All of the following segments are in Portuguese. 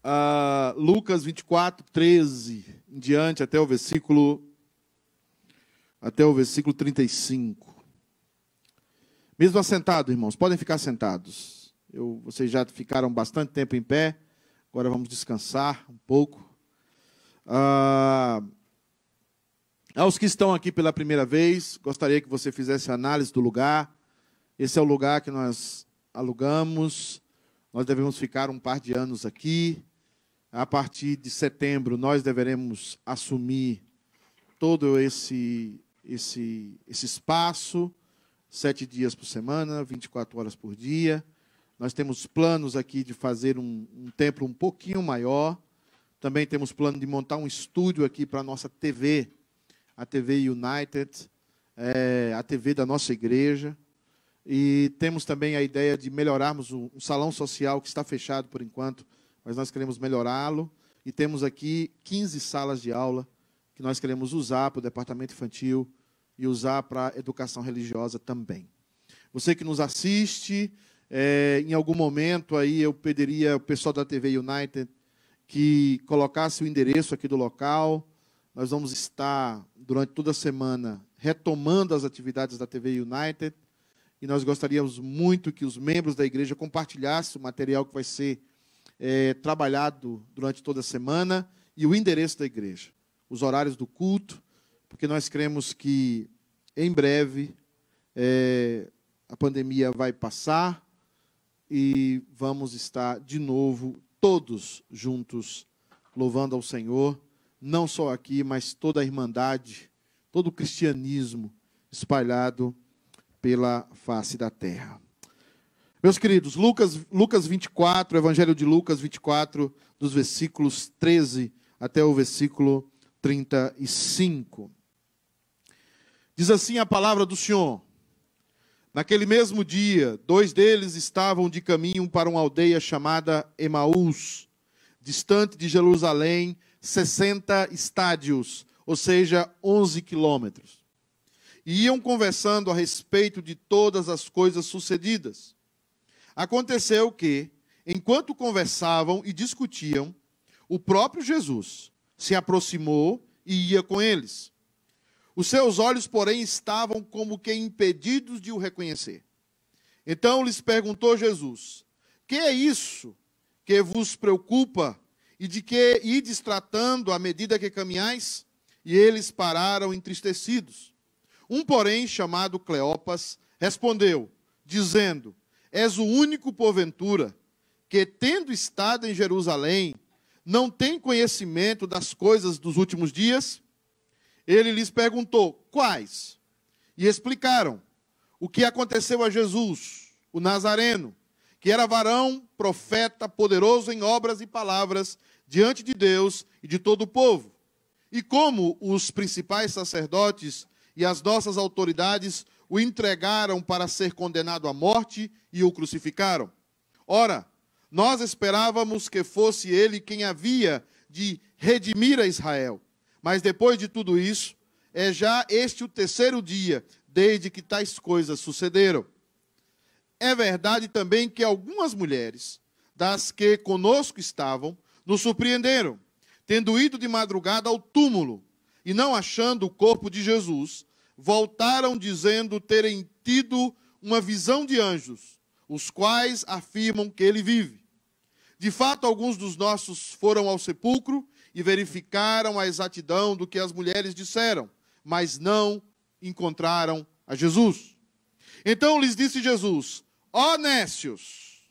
Lucas 24, 13 em diante, até o versículo 35. Mesmo assentado, irmãos, podem ficar sentados. Vocês já ficaram bastante tempo em pé, agora vamos descansar um pouco. Aos que estão aqui pela primeira vez, gostaria que você fizesse análise do lugar. Esse é o lugar que nós alugamos. Nós devemos ficar um par de anos aqui. A partir de setembro, nós deveremos assumir todo esse espaço, 7 dias por semana, 24 horas por dia. Nós temos planos aqui de fazer um templo um pouquinho maior. Também temos plano de montar um estúdio aqui para a nossa TV, a TV United, a TV da nossa igreja. E temos também a ideia de melhorarmos um salão social que está fechado por enquanto, mas nós queremos melhorá-lo. E temos aqui 15 salas de aula que nós queremos usar para o departamento infantil e usar para a educação religiosa também. Você que nos assiste, em algum momento aí eu pediria ao pessoal da TV United que colocasse o endereço aqui do local. Nós vamos estar, durante toda a semana, retomando as atividades da TV United. E nós gostaríamos muito que os membros da igreja compartilhassem o material que vai ser trabalhado durante toda a semana e o endereço da igreja, os horários do culto, porque nós cremos que, em breve, a pandemia vai passar e vamos estar, de novo, todos juntos, louvando ao Senhor, não só aqui, mas toda a irmandade, todo o cristianismo espalhado pela face da terra. Meus queridos, Lucas 24, Evangelho de Lucas 24, dos versículos 13 até o versículo 35. Diz assim a palavra do Senhor: naquele mesmo dia, 2 deles estavam de caminho para uma aldeia chamada Emaús, distante de Jerusalém, 60 estádios, ou seja, 11 quilômetros. E iam conversando a respeito de todas as coisas sucedidas. Aconteceu que, enquanto conversavam e discutiam, o próprio Jesus se aproximou e ia com eles. Os seus olhos, porém, estavam como que impedidos de o reconhecer. Então lhes perguntou Jesus: que é isso que vos preocupa e de que ides tratando à medida que caminhais? E eles pararam entristecidos. Um, porém, chamado Cleopas, respondeu, dizendo: és o único, porventura, que, tendo estado em Jerusalém, não tem conhecimento das coisas dos últimos dias? Ele lhes perguntou: quais? E explicaram o que aconteceu a Jesus, o Nazareno, que era varão, profeta, poderoso em obras e palavras, diante de Deus e de todo o povo. E como os principais sacerdotes e as nossas autoridades o entregaram para ser condenado à morte e o crucificaram. Ora, nós esperávamos que fosse ele quem havia de redimir a Israel. Mas depois de tudo isso, é já este o 3º dia, desde que tais coisas sucederam. É verdade também que algumas mulheres, das que conosco estavam, nos surpreenderam, tendo ido de madrugada ao túmulo, e não achando o corpo de Jesus, voltaram dizendo terem tido uma visão de anjos, os quais afirmam que ele vive. De fato, alguns dos nossos foram ao sepulcro e verificaram a exatidão do que as mulheres disseram, mas não encontraram a Jesus. Então lhes disse Jesus: ó nécios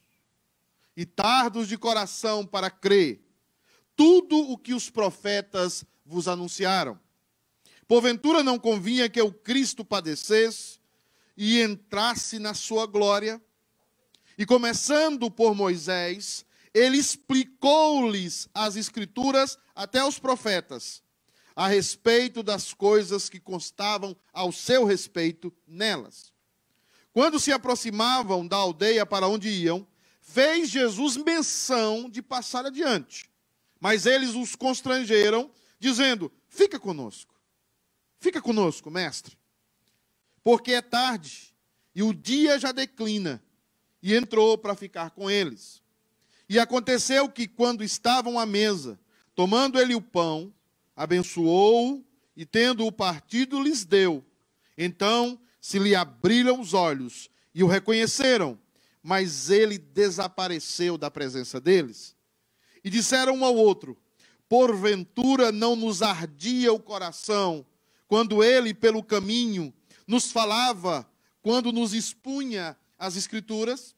e tardos de coração para crer tudo o que os profetas vos anunciaram. Porventura não convinha que o Cristo padecesse e entrasse na sua glória? E começando por Moisés, ele explicou-lhes as Escrituras até aos profetas, a respeito das coisas que constavam ao seu respeito nelas. Quando se aproximavam da aldeia para onde iam, fez Jesus menção de passar adiante. Mas eles os constrangeram, dizendo: fica conosco, mestre, porque é tarde e o dia já declina. E entrou para ficar com eles. E aconteceu que, quando estavam à mesa, tomando ele o pão, abençoou-o e, tendo-o partido, lhes deu. Então se lhe abriram os olhos e o reconheceram, mas ele desapareceu da presença deles. E disseram um ao outro: porventura não nos ardia o coração quando ele, pelo caminho, nos falava, quando nos expunha as Escrituras?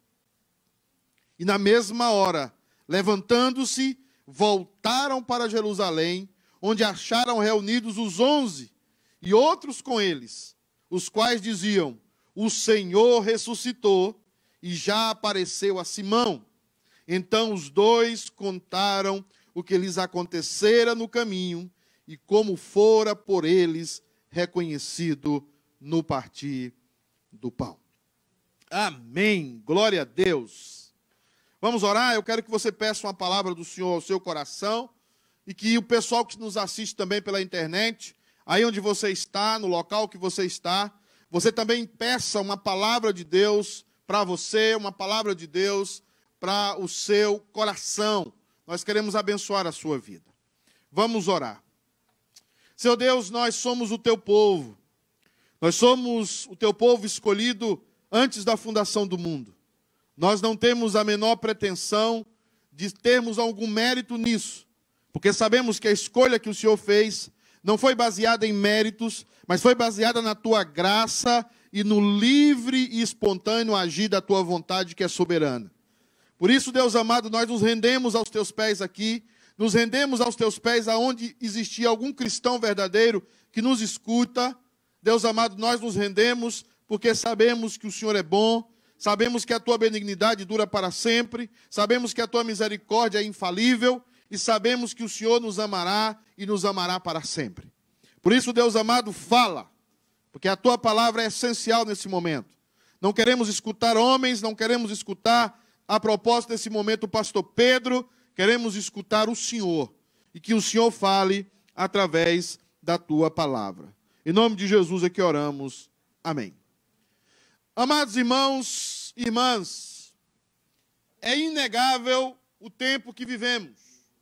E na mesma hora, levantando-se, voltaram para Jerusalém, onde acharam reunidos os 11 e outros com eles, os quais diziam: o Senhor ressuscitou e já apareceu a Simão. Então os dois contaram o que lhes acontecera no caminho e como fora por eles reconhecido no partir do pão. Amém. Glória a Deus. Vamos orar? Eu quero que você peça uma palavra do Senhor ao seu coração e que o pessoal que nos assiste também pela internet, aí onde você está, no local que você está, você também peça uma palavra de Deus para você, uma palavra de Deus para o seu coração. Nós queremos abençoar a sua vida. Vamos orar. Senhor Deus, nós somos o teu povo. Nós somos o teu povo escolhido antes da fundação do mundo. Nós não temos a menor pretensão de termos algum mérito nisso, porque sabemos que a escolha que o Senhor fez não foi baseada em méritos, mas foi baseada na tua graça e no livre e espontâneo agir da tua vontade, que é soberana. Por isso, Deus amado, nós nos rendemos aos teus pés aqui, nos rendemos aos teus pés aonde existia algum cristão verdadeiro que nos escuta. Deus amado, nós nos rendemos porque sabemos que o Senhor é bom, sabemos que a tua benignidade dura para sempre, sabemos que a tua misericórdia é infalível e sabemos que o Senhor nos amará e nos amará para sempre. Por isso, Deus amado, fala, porque a tua palavra é essencial nesse momento. Não queremos escutar homens, não queremos escutar, a propósito desse momento, o pastor Pedro, queremos escutar o Senhor e que o Senhor fale através da tua palavra. Em nome de Jesus é que oramos. Amém. Amados irmãos e irmãs, é inegável o tempo que vivemos.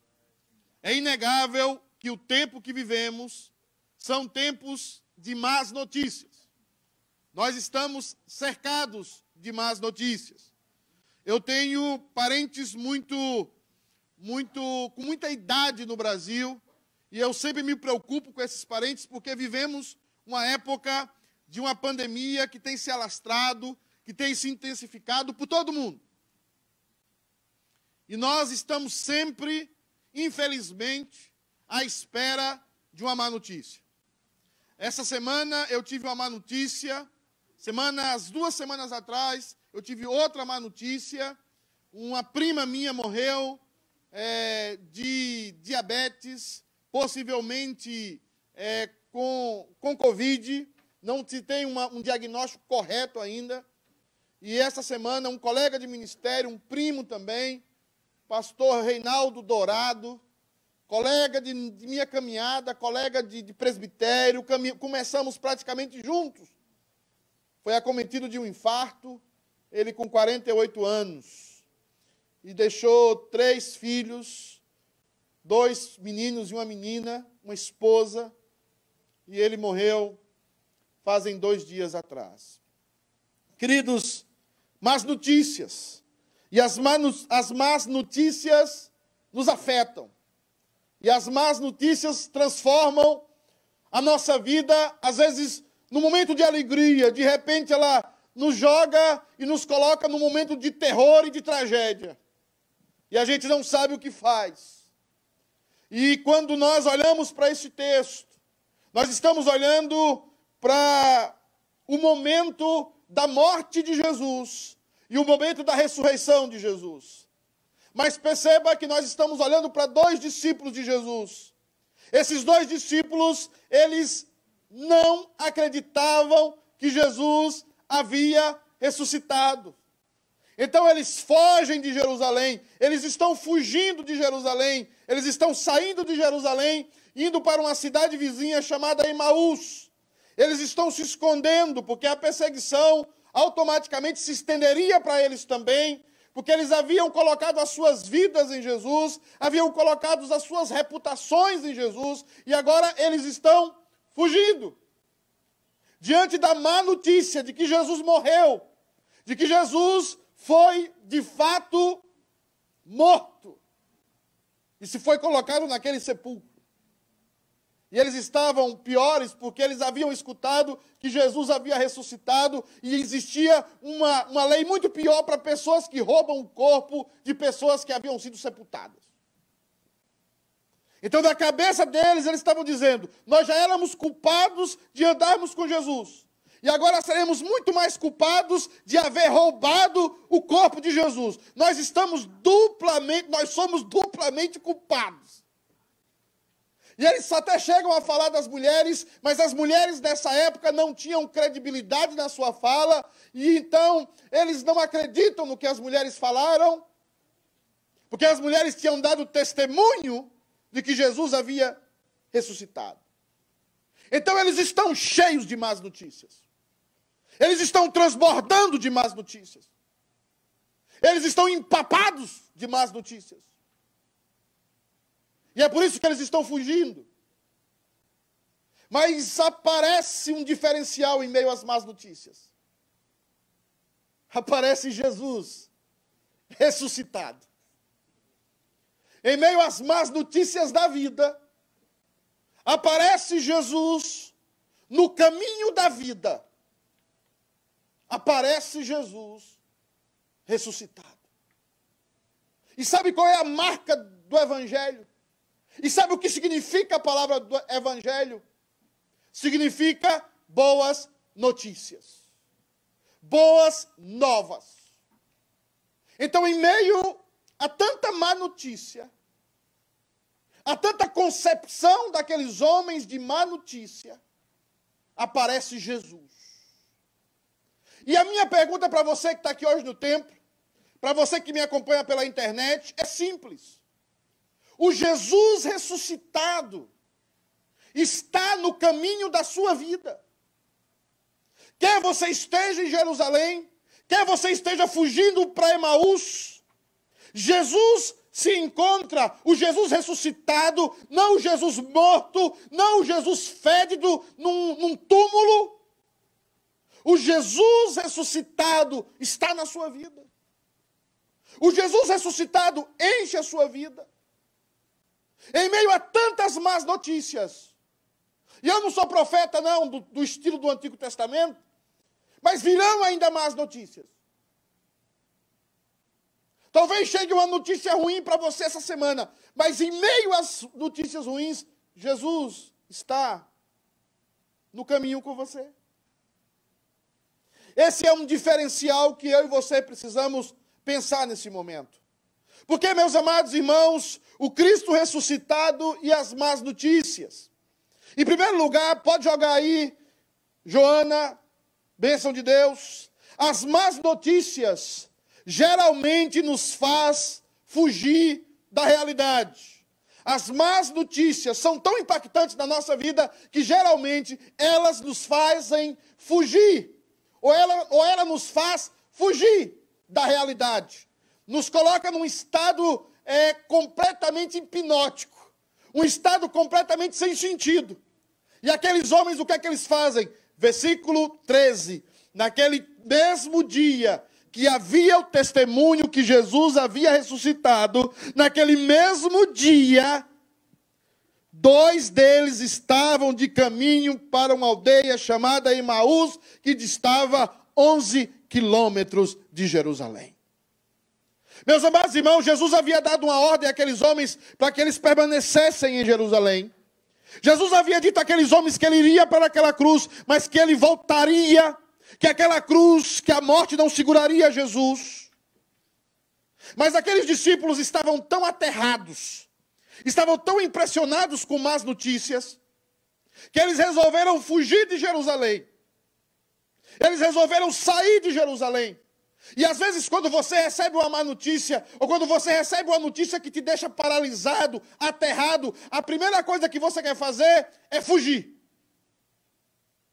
É inegável que o tempo que vivemos são tempos de más notícias. Nós estamos cercados de más notícias. Eu tenho parentes com muita idade no Brasil, e eu sempre me preocupo com esses parentes, porque vivemos uma época de uma pandemia que tem se alastrado, que tem se intensificado por todo mundo. E nós estamos sempre, infelizmente, à espera de uma má notícia. Essa semana eu tive uma má notícia, as 2 semanas atrás eu tive outra má notícia. Uma prima minha morreu de diabetes, possivelmente com Covid. Não se tem um diagnóstico correto ainda. E essa semana um colega de ministério, um primo também, pastor Reinaldo Dourado, colega de minha caminhada, colega de presbitério, começamos praticamente juntos. Foi acometido de um infarto, ele com 48 anos, e deixou 3 filhos, 2 meninos e uma menina, uma esposa, e ele morreu fazem 2 dias atrás. Queridos, más notícias, e as más notícias nos afetam, e as más notícias transformam a nossa vida, às vezes, no momento de alegria, de repente ela nos joga e nos coloca num momento de terror e de tragédia. E a gente não sabe o que faz. E quando nós olhamos para esse texto, nós estamos olhando para o momento da morte de Jesus e o momento da ressurreição de Jesus. Mas perceba que nós estamos olhando para 2 discípulos de Jesus. Esses 2 discípulos, eles não acreditavam que Jesus havia ressuscitado. Então eles fogem de Jerusalém, eles estão fugindo de Jerusalém, eles estão saindo de Jerusalém, indo para uma cidade vizinha chamada Emaús. Eles estão se escondendo, porque a perseguição automaticamente se estenderia para eles também, porque eles haviam colocado as suas vidas em Jesus, haviam colocado as suas reputações em Jesus, e agora eles estão fugindo. Diante da má notícia de que Jesus morreu, de que Jesus foi, de fato, morto, e se foi colocado naquele sepulcro. E eles estavam piores porque eles haviam escutado que Jesus havia ressuscitado e existia uma lei muito pior para pessoas que roubam o corpo de pessoas que haviam sido sepultadas. Então, na cabeça deles, eles estavam dizendo: nós já éramos culpados de andarmos com Jesus. E agora seremos muito mais culpados de haver roubado o corpo de Jesus. Nós somos duplamente culpados. E eles até chegam a falar das mulheres, mas as mulheres dessa época não tinham credibilidade na sua fala, e então eles não acreditam no que as mulheres falaram, porque as mulheres tinham dado testemunho de que Jesus havia ressuscitado. Então eles estão cheios de más notícias. Eles estão transbordando de más notícias. Eles estão empapados de más notícias. E é por isso que eles estão fugindo. Mas aparece um diferencial em meio às más notícias. Aparece Jesus ressuscitado. Em meio às más notícias da vida, aparece Jesus no caminho da vida. Aparece Jesus ressuscitado. E sabe qual é a marca do Evangelho? E sabe o que significa a palavra do Evangelho? Significa boas notícias. Boas novas. Então, em meio a tanta má notícia, a tanta concepção daqueles homens de má notícia, aparece Jesus. E a minha pergunta para você que está aqui hoje no templo, para você que me acompanha pela internet, é simples. O Jesus ressuscitado está no caminho da sua vida. Quer você esteja em Jerusalém, quer você esteja fugindo para Emaús, Jesus se encontra, o Jesus ressuscitado, não o Jesus morto, não o Jesus fédido num túmulo. O Jesus ressuscitado está na sua vida. O Jesus ressuscitado enche a sua vida. Em meio a tantas más notícias. E eu não sou profeta, não, do estilo do Antigo Testamento, mas virão ainda más notícias. Talvez chegue uma notícia ruim para você essa semana, mas em meio às notícias ruins, Jesus está no caminho com você. Esse é um diferencial que eu e você precisamos pensar nesse momento. Porque, meus amados irmãos, o Cristo ressuscitado e as más notícias. Em primeiro lugar, pode jogar aí, Joana, bênção de Deus. As más notícias geralmente nos faz fugir da realidade. As más notícias são tão impactantes na nossa vida que geralmente elas nos fazem fugir. Ou ela nos faz fugir da realidade. Nos coloca num estado completamente hipnótico. Um estado completamente sem sentido. E aqueles homens, o que é que eles fazem? Versículo 13. Naquele mesmo dia que havia o testemunho que Jesus havia ressuscitado, naquele mesmo dia, 2 deles estavam de caminho para uma aldeia chamada Emaús, que distava 11 quilômetros de Jerusalém. Meus amados irmãos, Jesus havia dado uma ordem àqueles homens para que eles permanecessem em Jerusalém. Jesus havia dito àqueles homens que ele iria para aquela cruz, mas que ele voltaria, que aquela cruz, que a morte não seguraria Jesus. Mas aqueles discípulos estavam tão aterrados, estavam tão impressionados com más notícias, que eles resolveram fugir de Jerusalém. Eles resolveram sair de Jerusalém. E às vezes quando você recebe uma má notícia, ou quando você recebe uma notícia que te deixa paralisado, aterrado, a primeira coisa que você quer fazer é fugir.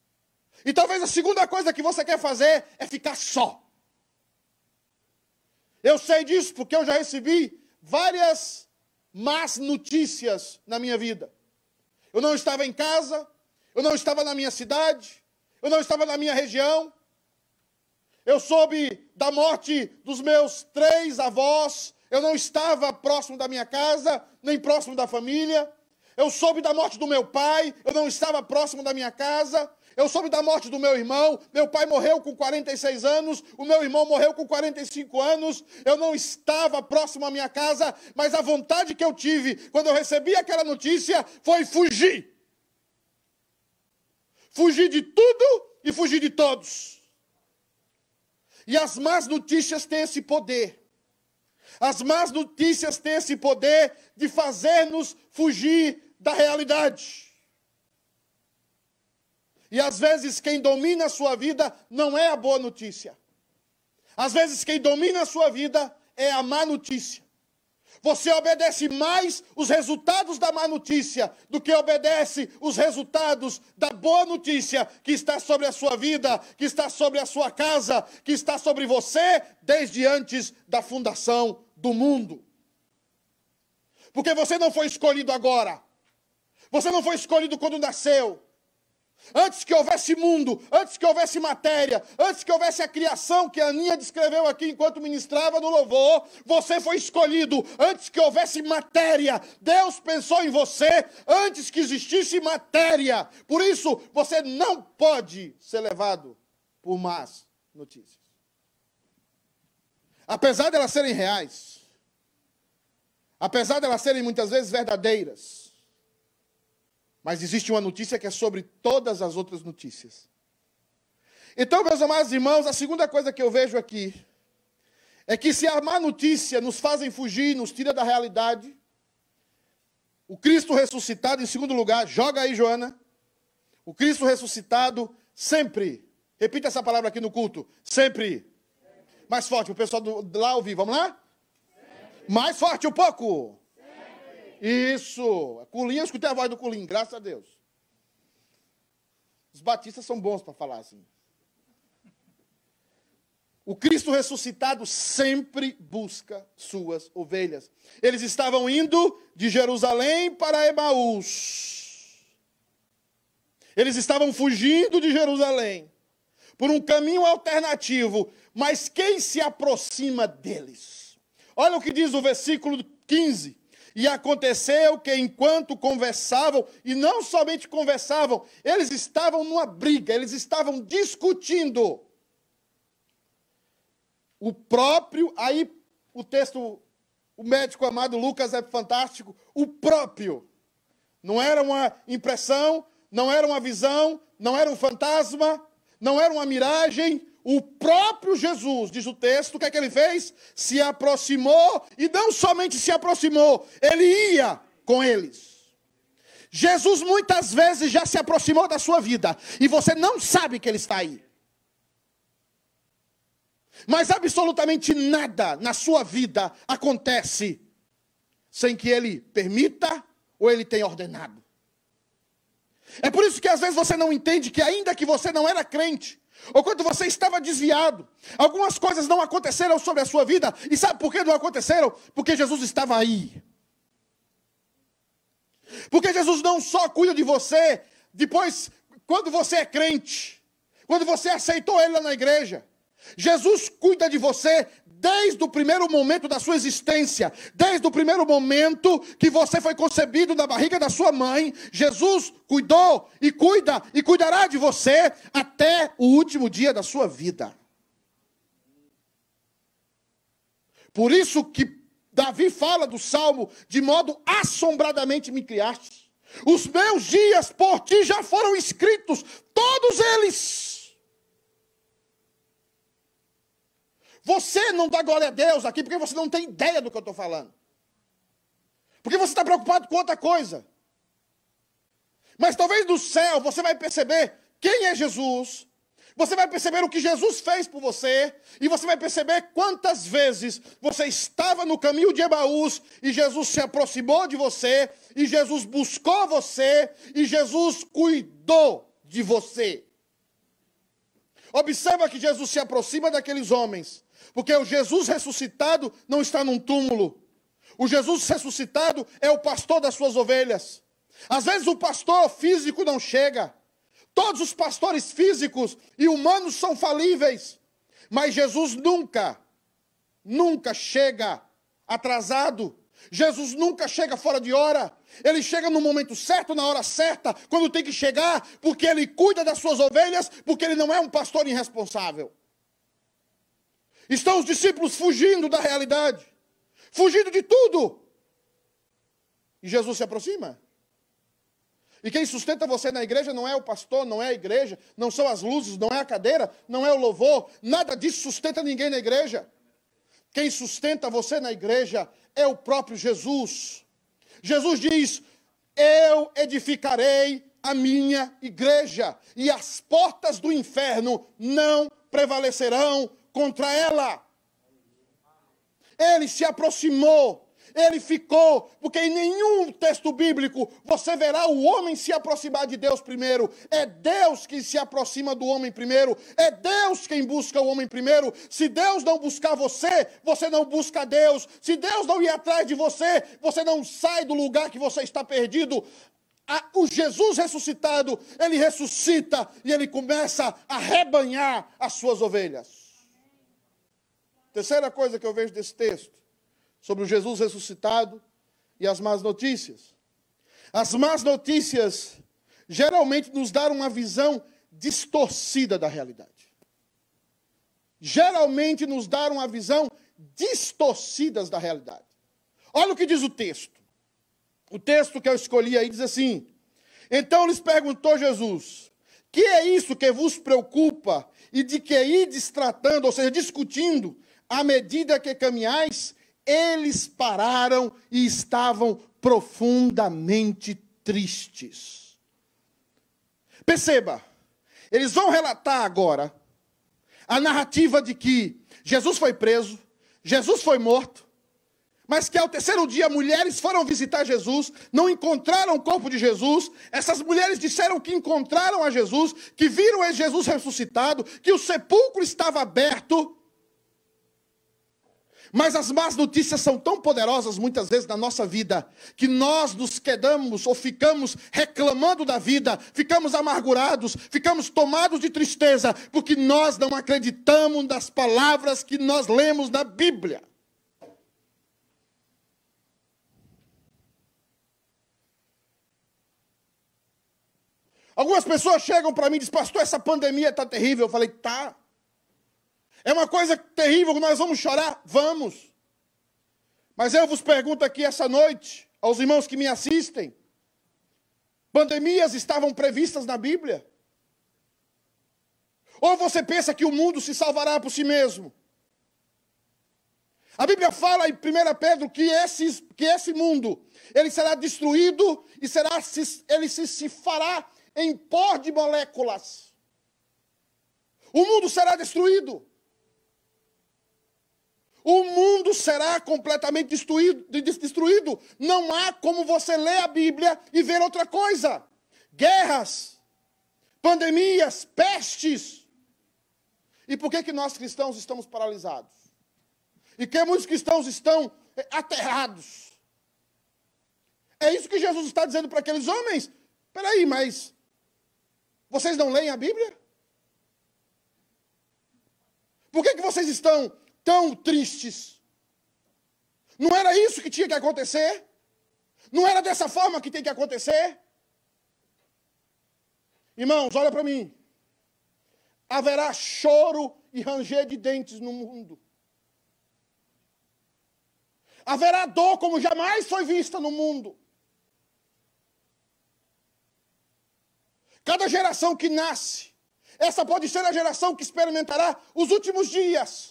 E talvez a segunda coisa que você quer fazer é ficar só. Eu sei disso porque eu já recebi várias más notícias na minha vida. Eu não estava em casa, eu não estava na minha cidade, eu não estava na minha região. Eu soube da morte dos meus 3 avós, eu não estava próximo da minha casa, nem próximo da família. Eu soube da morte do meu pai, eu não estava próximo da minha casa. Eu soube da morte do meu irmão, meu pai morreu com 46 anos, o meu irmão morreu com 45 anos, eu não estava próximo à minha casa, mas a vontade que eu tive quando eu recebi aquela notícia foi fugir. Fugir de tudo e fugir de todos. E as más notícias têm esse poder. As más notícias têm esse poder de fazer-nos fugir da realidade. E às vezes quem domina a sua vida não é a boa notícia. Às vezes quem domina a sua vida é a má notícia. Você obedece mais os resultados da má notícia do que obedece os resultados da boa notícia que está sobre a sua vida, que está sobre a sua casa, que está sobre você desde antes da fundação do mundo. Porque você não foi escolhido agora. Você não foi escolhido quando nasceu. Antes que houvesse mundo, antes que houvesse matéria, antes que houvesse a criação que a Aninha descreveu aqui enquanto ministrava no louvor, você foi escolhido antes que houvesse matéria. Deus pensou em você antes que existisse matéria. Por isso, você não pode ser levado por más notícias. Apesar de elas serem reais, apesar de elas serem muitas vezes verdadeiras, mas existe uma notícia que é sobre todas as outras notícias. Então, meus amados irmãos, a segunda coisa que eu vejo aqui é que se a má notícia nos fazem fugir, nos tira da realidade, o Cristo ressuscitado, em segundo lugar, joga aí, Joana, o Cristo ressuscitado sempre, repita essa palavra aqui no culto, sempre. Mais forte, para o pessoal lá ouvir, vamos lá? Sempre. Mais forte um pouco. Isso, Culinho, eu escutei a voz do Culinho, graças a Deus. Os batistas são bons para falar assim. O Cristo ressuscitado sempre busca suas ovelhas. Eles estavam indo de Jerusalém para Emaús. Eles estavam fugindo de Jerusalém por um caminho alternativo, mas quem se aproxima deles? Olha o que diz o versículo 15. E aconteceu que enquanto conversavam, e não somente conversavam, eles estavam numa briga, eles estavam discutindo. O próprio, aí o texto, o médico amado Lucas é fantástico, o próprio. Não era uma impressão, não era uma visão, não era um fantasma, não era uma miragem. O próprio Jesus, diz o texto, o que é que ele fez? Se aproximou, e não somente se aproximou, ele ia com eles. Jesus muitas vezes já se aproximou da sua vida, e você não sabe que ele está aí. Mas absolutamente nada na sua vida acontece sem que ele permita ou ele tenha ordenado. É por isso que às vezes você não entende que ainda que você não era crente, ou quando você estava desviado, algumas coisas não aconteceram sobre a sua vida. E sabe por que não aconteceram? Porque Jesus estava aí. Porque Jesus não só cuida de você depois, quando você é crente, quando você aceitou Ele lá na igreja. Jesus cuida de você desde o primeiro momento da sua existência, desde o primeiro momento que você foi concebido na barriga da sua mãe. Jesus cuidou e cuida e cuidará de você até o último dia da sua vida. Por isso que Davi fala do Salmo, de modo assombradamente me criaste. Os meus dias por ti já foram escritos, todos eles. Você não dá glória a Deus aqui porque você não tem ideia do que eu estou falando. Porque você está preocupado com outra coisa. Mas talvez no céu você vai perceber quem é Jesus. Você vai perceber o que Jesus fez por você. E você vai perceber quantas vezes você estava no caminho de Emaús e Jesus se aproximou de você. E Jesus buscou você. E Jesus cuidou de você. Observa que Jesus se aproxima daqueles homens. Porque o Jesus ressuscitado não está num túmulo. O Jesus ressuscitado é o pastor das suas ovelhas. Às vezes o pastor físico não chega. Todos os pastores físicos e humanos são falíveis. Mas Jesus nunca chega atrasado. Jesus nunca chega fora de hora. Ele chega no momento certo, na hora certa, quando tem que chegar, porque ele cuida das suas ovelhas, porque ele não é um pastor irresponsável. Estão os discípulos fugindo da realidade, fugindo de tudo. E Jesus se aproxima. E quem sustenta você na igreja não é o pastor, não é a igreja, não são as luzes, não é a cadeira, não é o louvor, nada disso sustenta ninguém na igreja. Quem sustenta você na igreja é o próprio Jesus. Jesus diz: eu edificarei a minha igreja, e as portas do inferno não prevalecerão contra ela. Ele se aproximou. Ele ficou, porque em nenhum texto bíblico você verá o homem se aproximar de Deus primeiro. É Deus quem se aproxima do homem primeiro. É Deus quem busca o homem primeiro. Se Deus não buscar você, você não busca Deus. Se Deus não ir atrás de você, você não sai do lugar que você está perdido. O Jesus ressuscitado, ele ressuscita e ele começa a rebanhar as suas ovelhas. Terceira coisa que eu vejo desse texto, sobre o Jesus ressuscitado e as más notícias. As más notícias geralmente nos dão uma visão distorcida da realidade. Geralmente nos dão uma visão distorcida da realidade. Olha o que diz o texto. O texto que eu escolhi aí diz assim: então lhes perguntou Jesus: que é isso que vos preocupa e de que ides tratando, ou seja, discutindo, à medida que caminhais? Eles pararam e estavam profundamente tristes. Perceba, eles vão relatar agora a narrativa de que Jesus foi preso, Jesus foi morto, mas que ao terceiro dia mulheres foram visitar Jesus, não encontraram o corpo de Jesus. Essas mulheres disseram que encontraram a Jesus, que viram a Jesus ressuscitado, que o sepulcro estava aberto. Mas as más notícias são tão poderosas muitas vezes na nossa vida, que nós nos quedamos ou ficamos reclamando da vida, ficamos amargurados, ficamos tomados de tristeza, porque nós não acreditamos nas palavras que nós lemos na Bíblia. Algumas pessoas chegam para mim e dizem: pastor, essa pandemia está terrível. Eu falei: tá. É uma coisa terrível, nós vamos chorar? Vamos. Mas eu vos pergunto aqui essa noite, aos irmãos que me assistem: pandemias estavam previstas na Bíblia? Ou você pensa que o mundo se salvará por si mesmo? A Bíblia fala em 1 Pedro que esse mundo, ele será destruído e ele se fará em pó de moléculas. O mundo será destruído. O mundo será completamente destruído. Não há como você ler a Bíblia e ver outra coisa. Guerras, pandemias, pestes. E por que nós cristãos estamos paralisados? E que muitos cristãos estão aterrados? É isso que Jesus está dizendo para aqueles homens. Espera aí, mas vocês não leem a Bíblia? Por que vocês estão tão tristes? Não era isso que tinha que acontecer? Não era dessa forma que tem que acontecer? Irmãos, olha para mim. Haverá choro e ranger de dentes no mundo. Haverá dor como jamais foi vista no mundo. Cada geração que nasce, essa pode ser a geração que experimentará os últimos dias.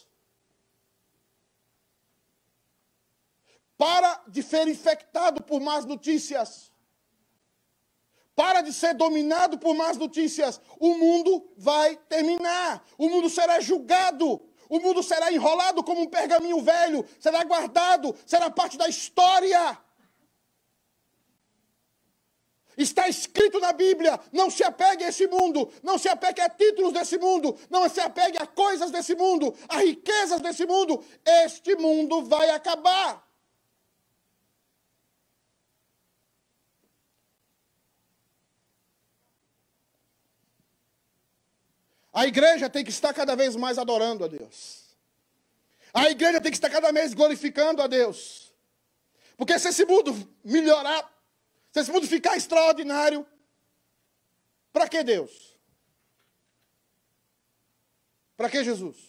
Para de ser infectado por más notícias. Para de ser dominado por más notícias. O mundo vai terminar. O mundo será julgado. O mundo será enrolado como um pergaminho velho. Será guardado. Será parte da história. Está escrito na Bíblia, não se apegue a esse mundo, não se apegue a títulos desse mundo, não se apegue a coisas desse mundo, a riquezas desse mundo. Este mundo vai acabar. A igreja tem que estar cada vez mais adorando a Deus. A igreja tem que estar cada vez glorificando a Deus. Porque se esse mundo melhorar, se esse mundo ficar extraordinário, para que Deus? Para que Jesus?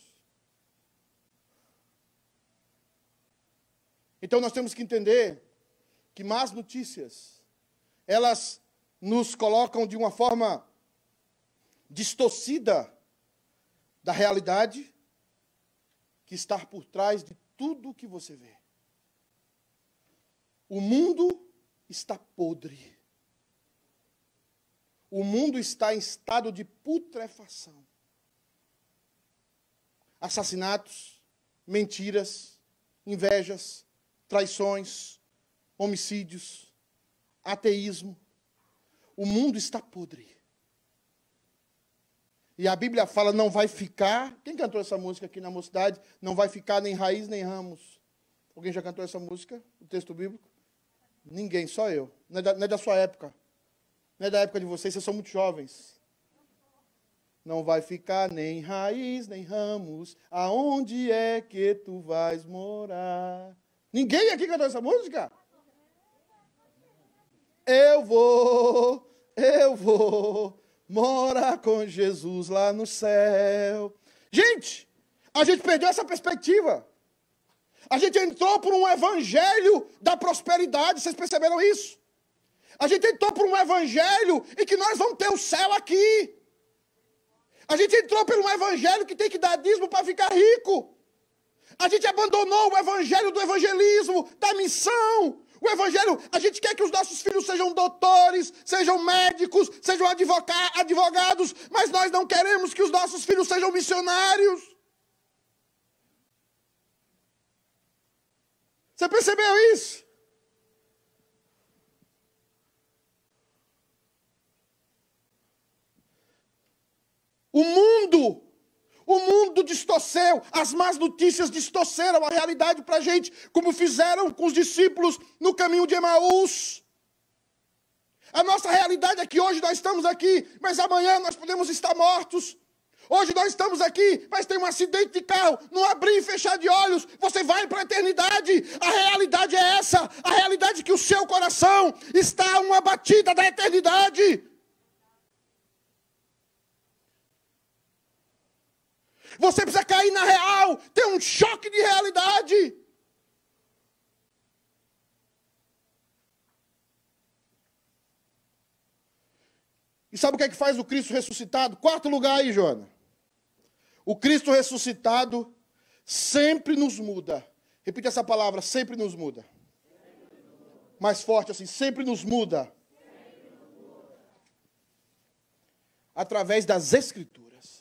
Então nós temos que entender que más notícias, elas nos colocam de uma forma distorcida da realidade que está por trás de tudo o que você vê. O mundo está podre. O mundo está em estado de putrefação. Assassinatos, mentiras, invejas, traições, homicídios, ateísmo. O mundo está podre. E a Bíblia fala, não vai ficar... Quem cantou essa música aqui na mocidade? Não vai ficar nem raiz nem ramos. Alguém já cantou essa música? O texto bíblico? Ninguém, só eu. Não é da sua época. Não é da época de vocês são muito jovens. Não vai ficar nem raiz nem ramos. Aonde é que tu vais morar? Ninguém aqui cantou essa música? Eu vou morar com Jesus lá no céu. Gente, a gente perdeu essa perspectiva. A gente entrou por um evangelho da prosperidade, vocês perceberam isso? A gente entrou por um evangelho em que nós vamos ter o céu aqui. A gente entrou por um evangelho que tem que dar dízimo para ficar rico. A gente abandonou o evangelho do evangelismo, da missão. O evangelho, a gente quer que os nossos filhos sejam doutores, sejam médicos, sejam advogados, mas nós não queremos que os nossos filhos sejam missionários. Você percebeu isso? O mundo distorceu, as más notícias distorceram a realidade para a gente, como fizeram com os discípulos no caminho de Emaús. A nossa realidade é que hoje nós estamos aqui, mas amanhã nós podemos estar mortos. Hoje nós estamos aqui, mas tem um acidente de carro, não abrir e fechar de olhos, você vai para a eternidade. A realidade é essa, a realidade é que o seu coração está uma batida da eternidade. Você precisa cair na real, ter um choque de realidade. E sabe o que é que faz o Cristo ressuscitado? Quarto lugar aí, Joana. O Cristo ressuscitado sempre nos muda. Repita essa palavra, sempre nos muda. Mais forte assim, sempre nos muda. Através das Escrituras.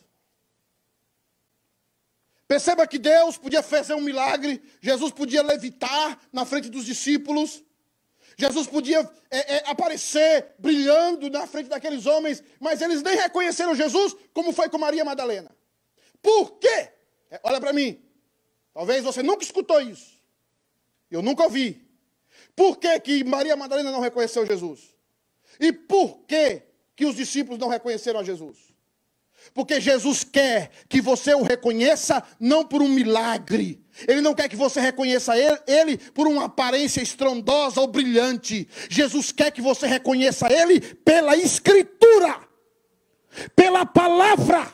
Perceba que Deus podia fazer um milagre, Jesus podia levitar na frente dos discípulos, Jesus podia aparecer brilhando na frente daqueles homens, mas eles nem reconheceram Jesus, como foi com Maria Madalena. Por quê? Olha para mim, talvez você nunca escutou isso, eu nunca ouvi. Por que que Maria Madalena não reconheceu Jesus? E por que que os discípulos não reconheceram a Jesus? Porque Jesus quer que você o reconheça não por um milagre. Ele não quer que você reconheça ele por uma aparência estrondosa ou brilhante. Jesus quer que você reconheça ele pela Escritura, pela palavra.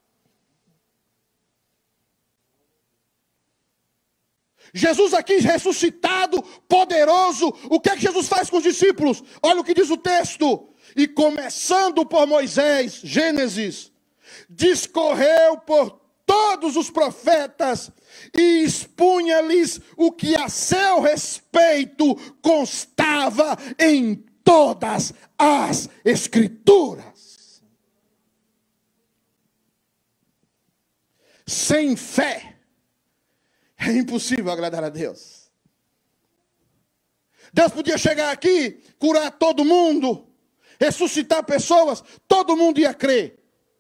Jesus aqui ressuscitado, poderoso. O que é que Jesus faz com os discípulos? Olha o que diz o texto. E começando por Moisés, Gênesis, discorreu por todos os profetas e expunha-lhes o que a seu respeito constava em todas as Escrituras. Sem fé é impossível agradar a Deus. Deus podia chegar aqui, curar todo mundo, ressuscitar pessoas, todo mundo ia crer.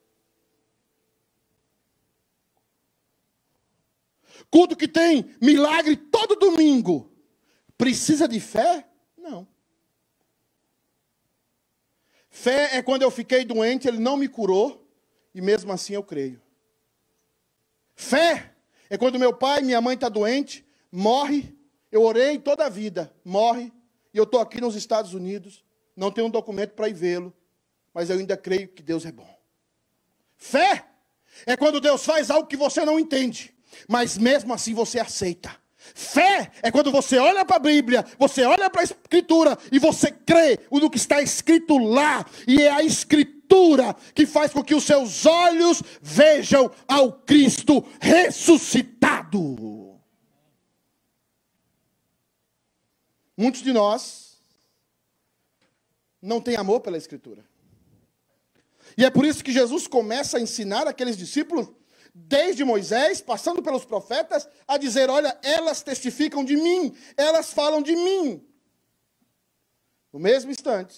Culto que tem milagre todo domingo, precisa de fé? Não. Fé é quando eu fiquei doente, ele não me curou, e mesmo assim eu creio. Fé é quando meu pai e minha mãe estão doentes, morre, eu orei toda a vida, morre, e eu estou aqui nos Estados Unidos, não tenho um documento para ir vê-lo, mas eu ainda creio que Deus é bom. Fé é quando Deus faz algo que você não entende, mas mesmo assim você aceita. Fé é quando você olha para a Bíblia, você olha para a Escritura e você crê no que está escrito lá. E é a Escritura que faz com que os seus olhos vejam ao Cristo ressuscitado. Muitos de nós não têm amor pela Escritura. E é por isso que Jesus começa a ensinar aqueles discípulos, desde Moisés, passando pelos profetas, a dizer, olha, elas testificam de mim, elas falam de mim. No mesmo instante,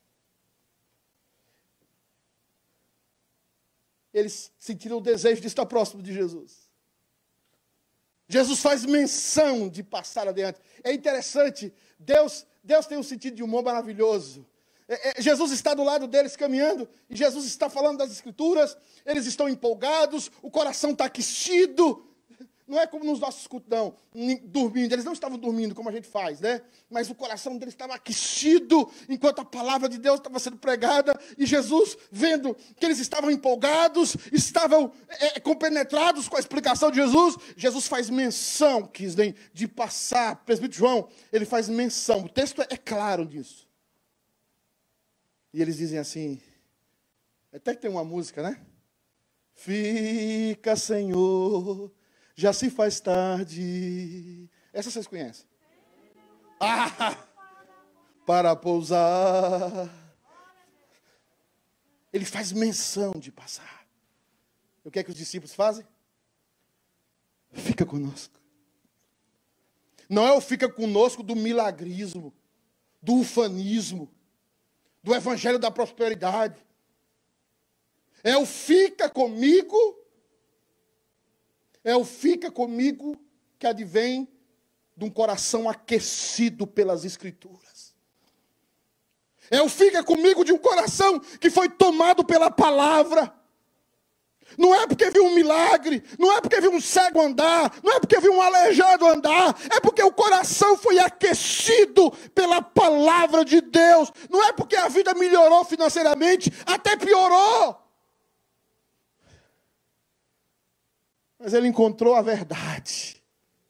eles sentiram o desejo de estar próximo de Jesus. Jesus faz menção de passar adiante. É interessante, Deus tem um sentido de humor maravilhoso. Jesus está do lado deles caminhando, e Jesus está falando das Escrituras, eles estão empolgados, o coração está aquecido. Não é como nos nossos cultos, não, dormindo. Eles não estavam dormindo como a gente faz, né? Mas o coração deles estava aquecido enquanto a palavra de Deus estava sendo pregada. E Jesus, vendo que eles estavam empolgados, estavam compenetrados com a explicação de Jesus, Jesus faz menção, de passar. O presbítero João, ele faz menção. O texto é claro disso. E eles dizem assim, até que tem uma música, né? Fica, Senhor, já se faz tarde. Essa vocês conhecem? Para pousar. Ele faz menção de passar. O que é que os discípulos fazem? Fica conosco. Não é o fica conosco do milagrismo, do ufanismo, do evangelho da prosperidade. É o fica comigo. É o fica comigo que advém de um coração aquecido pelas Escrituras. É o fica comigo de um coração que foi tomado pela palavra. Não é porque viu um milagre, não é porque viu um cego andar, não é porque viu um aleijado andar, é porque o coração foi aquecido pela palavra de Deus. Não é porque a vida melhorou financeiramente, até piorou. Mas ele encontrou a verdade.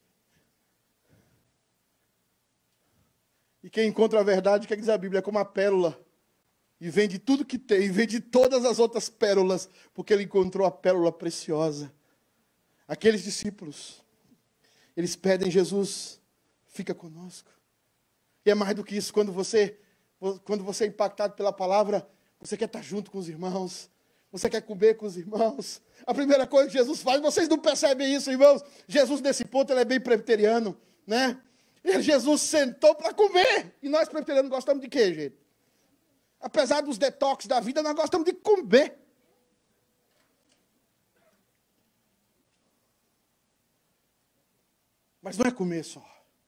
E quem encontra a verdade, o que diz a Bíblia? É como a pérola. E vende tudo que tem, vende todas as outras pérolas, porque ele encontrou a pérola preciosa. Aqueles discípulos, eles pedem, Jesus, fica conosco. E é mais do que isso, quando você é impactado pela palavra, você quer estar junto com os irmãos, você quer comer com os irmãos. A primeira coisa que Jesus faz, vocês não percebem isso, irmãos? Jesus, nesse ponto, ele é bem presbiteriano, né? E Jesus sentou para comer. E nós, presbiterianos, gostamos de quê, gente? Apesar dos detox da vida, nós gostamos de comer. Mas não é comer só.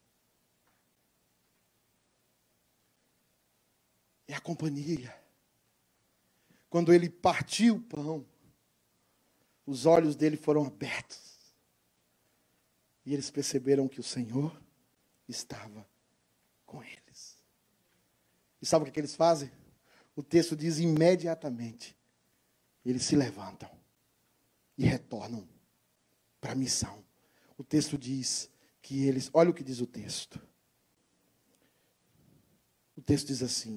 É a companhia. Quando ele partiu o pão, os olhos dele foram abertos. E eles perceberam que o Senhor estava com eles. E sabe o que eles fazem? O texto diz imediatamente. Eles se levantam e retornam para a missão. O texto diz que eles... Olha o que diz o texto. O texto diz assim.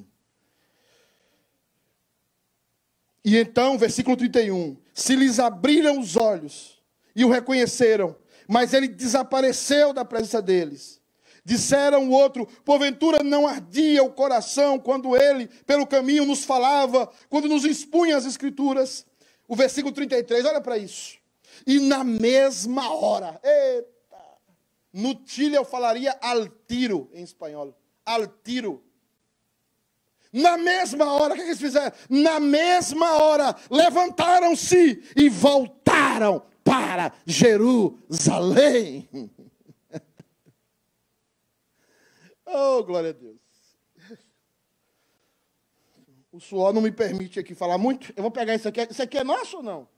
E então, versículo 31. Se lhes abriram os olhos e o reconheceram, mas ele desapareceu da presença deles. Disseram o outro, porventura não ardia o coração quando ele, pelo caminho, nos falava, quando nos expunha as Escrituras. O versículo 33, olha para isso. E na mesma hora, eita, no Chile eu falaria al tiro em espanhol, al tiro. Na mesma hora, o que eles fizeram? Na mesma hora, levantaram-se e voltaram para Jerusalém. Oh, glória a Deus. O suor não me permite aqui falar muito. Eu vou pegar isso aqui. Isso aqui é nosso ou não?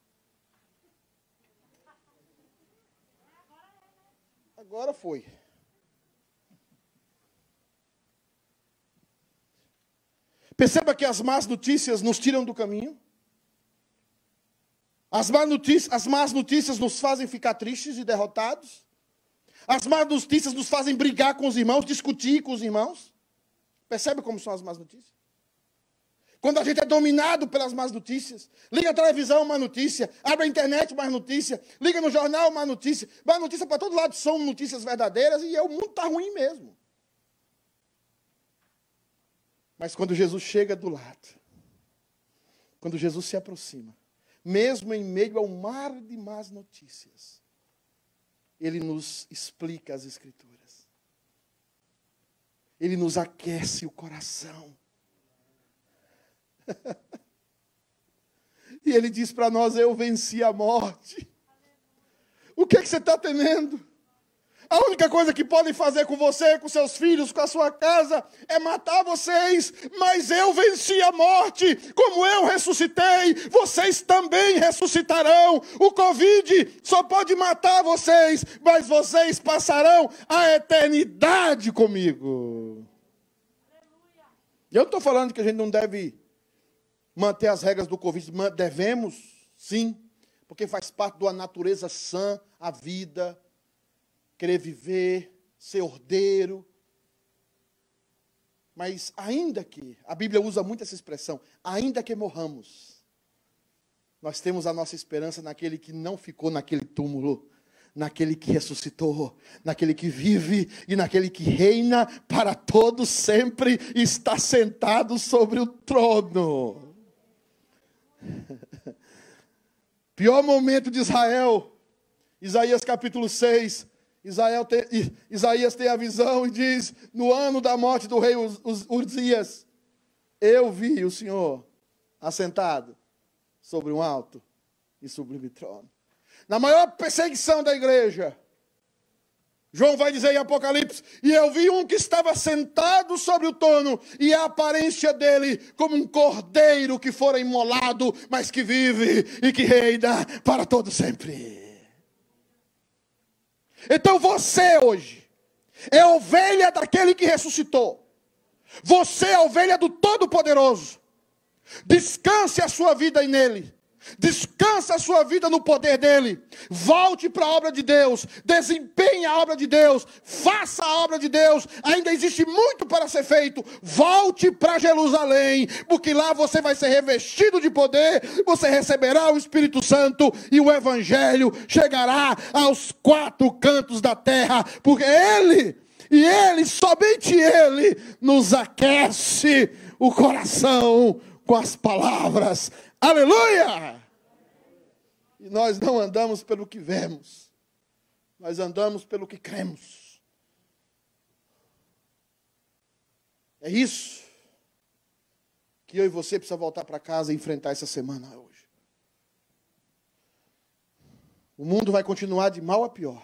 Agora foi. Perceba que as más notícias nos tiram do caminho. As más notícias nos fazem ficar tristes e derrotados. As más notícias nos fazem brigar com os irmãos, discutir com os irmãos. Percebe como são as más notícias? Quando a gente é dominado pelas más notícias, liga a televisão, má notícia, abre a internet, má notícia, liga no jornal, má notícia para todo lado são notícias verdadeiras e o mundo está ruim mesmo. Mas quando Jesus chega do lado, quando Jesus se aproxima, mesmo em meio ao mar de más notícias, Ele nos explica as Escrituras. Ele nos aquece o coração. E Ele diz para nós, eu venci a morte. O que é que você está temendo? A única coisa que podem fazer com você, com seus filhos, com a sua casa, é matar vocês. Mas eu venci a morte, como eu ressuscitei, vocês também ressuscitarão. O Covid só pode matar vocês, mas vocês passarão a eternidade comigo. E eu não estou falando que a gente não deve manter as regras do Covid. Devemos, sim, porque faz parte da natureza sã, a vida, querer viver, ser ordeiro. Mas ainda que, a Bíblia usa muito essa expressão, ainda que morramos, nós temos a nossa esperança naquele que não ficou naquele túmulo, naquele que ressuscitou, naquele que vive e naquele que reina para todos sempre e está sentado sobre o trono. Pior momento de Israel, Isaías capítulo 6, Isaías tem a visão e diz, no ano da morte do rei Uzias, eu vi o Senhor assentado sobre um alto e sublime trono. Na maior perseguição da igreja, João vai dizer em Apocalipse, e eu vi um que estava sentado sobre o trono, e a aparência dele como um cordeiro que fora imolado, mas que vive e que reina para todo sempre. Então você hoje é ovelha daquele que ressuscitou. Você é ovelha do Todo-Poderoso. Descanse a sua vida nele. Descansa a sua vida no poder dele. Volte para a obra de Deus. Desempenhe a obra de Deus. Faça a obra de Deus. Ainda existe muito para ser feito. Volte para Jerusalém, porque lá você vai ser revestido de poder. Você receberá o Espírito Santo e o Evangelho chegará aos 4 cantos da terra, porque Ele, e Ele, somente Ele, nos aquece o coração com as palavras. Aleluia! E nós não andamos pelo que vemos, nós andamos pelo que cremos. É isso que eu e você precisa voltar para casa e enfrentar essa semana hoje. O mundo vai continuar de mal a pior,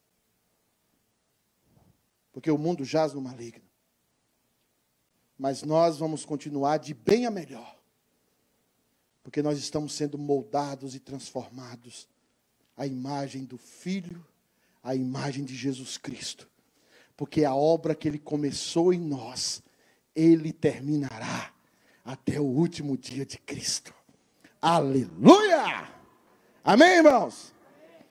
porque o mundo jaz no maligno. Mas nós vamos continuar de bem a melhor, porque nós estamos sendo moldados e transformados à imagem do Filho, à imagem de Jesus Cristo. Porque a obra que Ele começou em nós, Ele terminará até o último dia de Cristo. Aleluia! Amém, irmãos?